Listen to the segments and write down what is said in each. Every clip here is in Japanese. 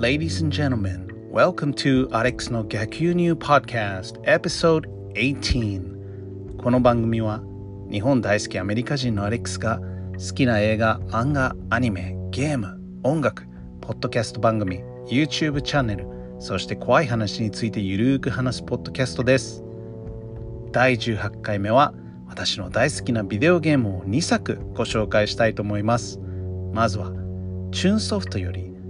Ladies and gentlemen, welcome to Alex の逆輸入 Podcast Episode 18。この番組は日本大好きアメリカ人のアレックスが好きな映画、漫画、アニメ、ゲーム、音楽、ポッドキャスト番組、YouTube チャンネル、そして怖い話についてゆるーく話すポッドキャストです。第18回目は私の大好きなビデオゲームを2作ご紹介したいと思います。まずはチューンソフトより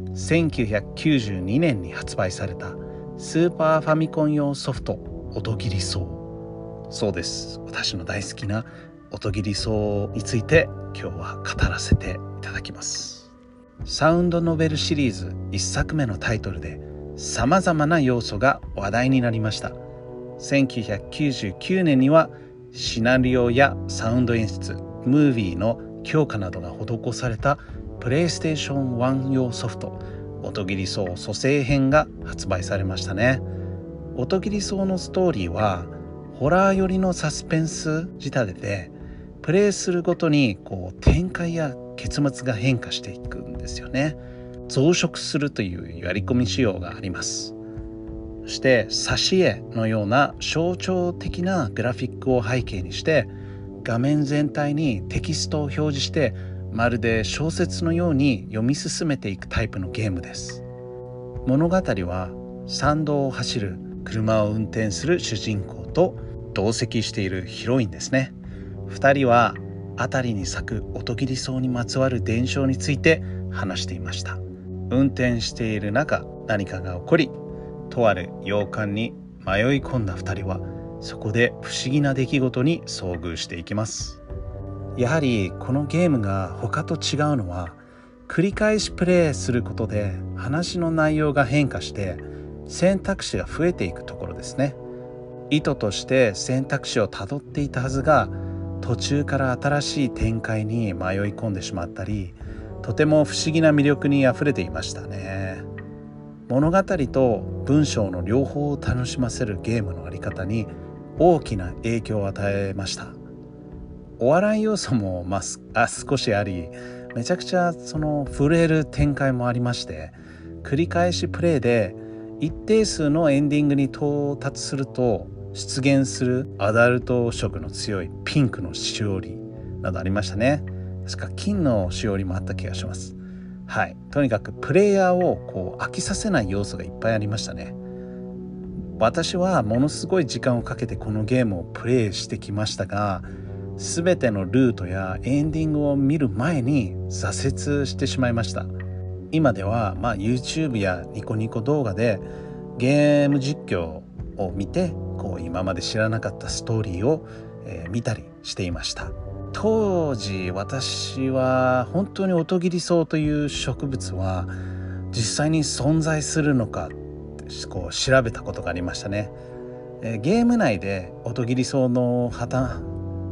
1992年に発売されたスーパーファミコン用ソフト音切り草。そうです、私の大好きな音切り草について今日は語らせていただきます。サウンドノベルシリーズ1作目のタイトルでさまざまな要素が話題になりました。1999年にはシナリオやサウンド演出、ムービーの強化などが施されたプレイステーション1用ソフト音切り草蘇生編が発売されましたね。音切り草のストーリーはホラー寄りのサスペンス仕立てで、プレイするごとに展開や結末が変化していくんですよね。増殖するというやり込み仕様があります。そして挿絵のような象徴的なグラフィックを背景にして画面全体にテキストを表示してまるで小説のように読み進めていくタイプのゲームです。物語は山道を走る車を運転する主人公と同席しているヒロインですね。2人は辺りに咲く音切り草にまつわる伝承について話していました。運転している中、何かが起こりとある洋館に迷い込んだ2人はそこで不思議な出来事に遭遇していきます。やはりこのゲームが他と違うのは繰り返しプレイすることで話の内容が変化して選択肢が増えていくところですね。意図として選択肢をたどっていたはずが途中から新しい展開に迷い込んでしまったり、とても不思議な魅力にあふれていましたね。物語と文章の両方を楽しませるゲームのあり方に大きな影響を与えました。お笑い要素も少しあり、めちゃくちゃ震える展開もありまして、繰り返しプレイで一定数のエンディングに到達すると出現するアダルト色の強いピンクのしおりなどありましたね。確か金のしおりもあった気がします。はい、とにかくプレイヤーを飽きさせない要素がいっぱいありましたね。私はものすごい時間をかけてこのゲームをプレイしてきましたが、全てのルートやエンディングを見る前に挫折してしまいました。今ではYouTube やニコニコ動画でゲーム実況を見て今まで知らなかったストーリーを、見たりしていました。当時私は本当に音切り草という植物は実際に存在するのかって調べたことがありましたね。ゲーム内で音切り草の花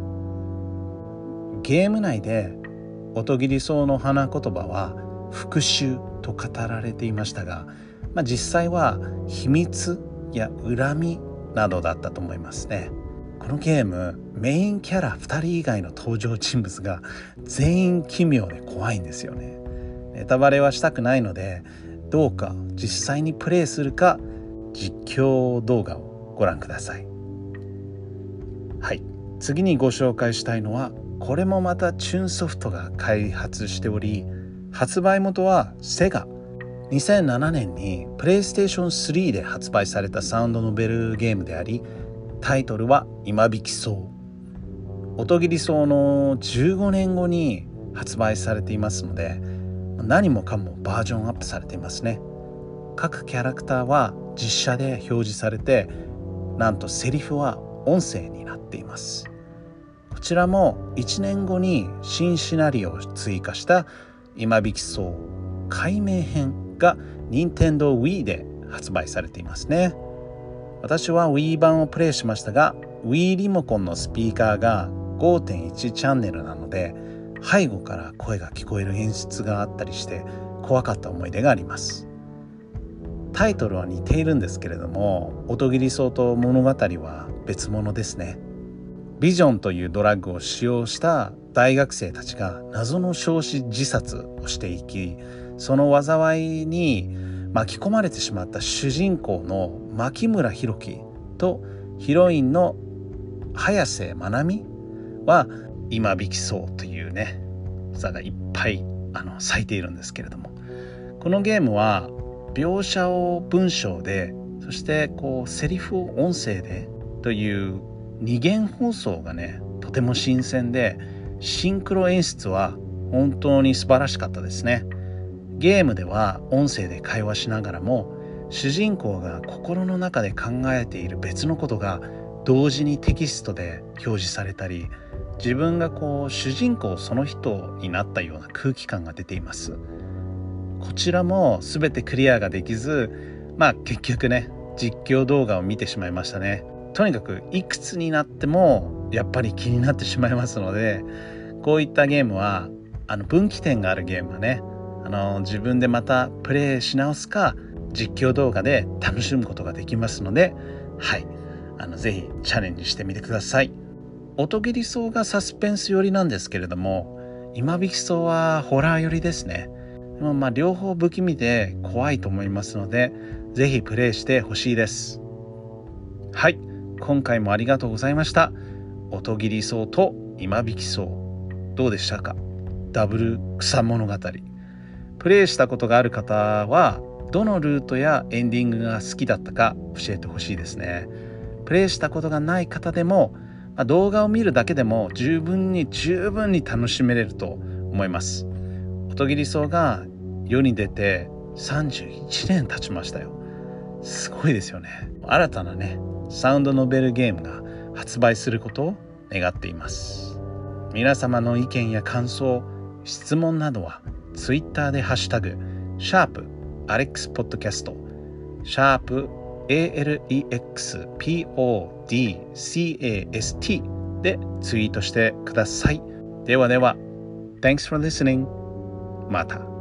言葉は復讐と語られていましたが、実際は秘密や恨みなどだったと思いますね。このゲーム、メインキャラ2人以外の登場人物が全員奇妙で怖いんですよね。ネタバレはしたくないので、どうか実際にプレイするか実況動画をご覧ください。はい、次にご紹介したいのは、これもまたチューンソフトが開発しており、発売元はセガ。2007年にプレイステーション3で発売されたサウンドノベルゲームであり、タイトルは今引き草。音切り草の15年後に発売されていますので、何もかもバージョンアップされていますね。各キャラクターは実写で表示されて、なんとセリフは音声になっています。こちらも1年後に新シナリオを追加した今引き草解明編が Nintendo Wii で発売されていますね。私は Wii 版をプレイしましたが、 Wii リモコンのスピーカーが 5.1 チャンネルなので背後から声が聞こえる演出があったりして怖かった思い出があります。タイトルは似ているんですけれども、音切り草と物語は別物ですね。ビジョンというドラッグを使用した大学生たちが謎の焼死自殺をしていき、その災いに巻き込まれてしまった主人公の牧村弘樹とヒロインの早瀬まなみは今びきそうというね差がいっぱい咲いているんですけれども、このゲームは描写を文章で、そしてセリフを音声でという二元放送がねとても新鮮で、シンクロ演出は本当に素晴らしかったですね。ゲームでは音声で会話しながらも、主人公が心の中で考えている別のことが同時にテキストで表示されたり、自分が主人公その人になったような空気感が出ています。こちらも全てクリアができず、結局ね実況動画を見てしまいましたね。とにかくいくつになってもやっぱり気になってしまいますので、こういったゲームは分岐点があるゲームはね自分でまたプレイし直すか実況動画で楽しむことができますので、ぜひチャレンジしてみてください。音切り草がサスペンス寄りなんですけれども、今びき草はホラー寄りですね。でも両方不気味で怖いと思いますので、ぜひプレイしてほしいです。はい、今回もありがとうございました。音切り草と今びき草、どうでしたか？ダブル草物語。プレイしたことがある方はどのルートやエンディングが好きだったか教えてほしいですね。プレイしたことがない方でも、動画を見るだけでも十分に楽しめれると思います。音切り草が世に出て31年経ちましたよ。すごいですよね。新たなねサウンドノベルゲームが発売することを願っています。皆様の意見や感想、質問などはツイッターでハッシュタグ#AlexPodcast#AlexPodcast でツイートしてください。ではでは、Thanks for listening. また。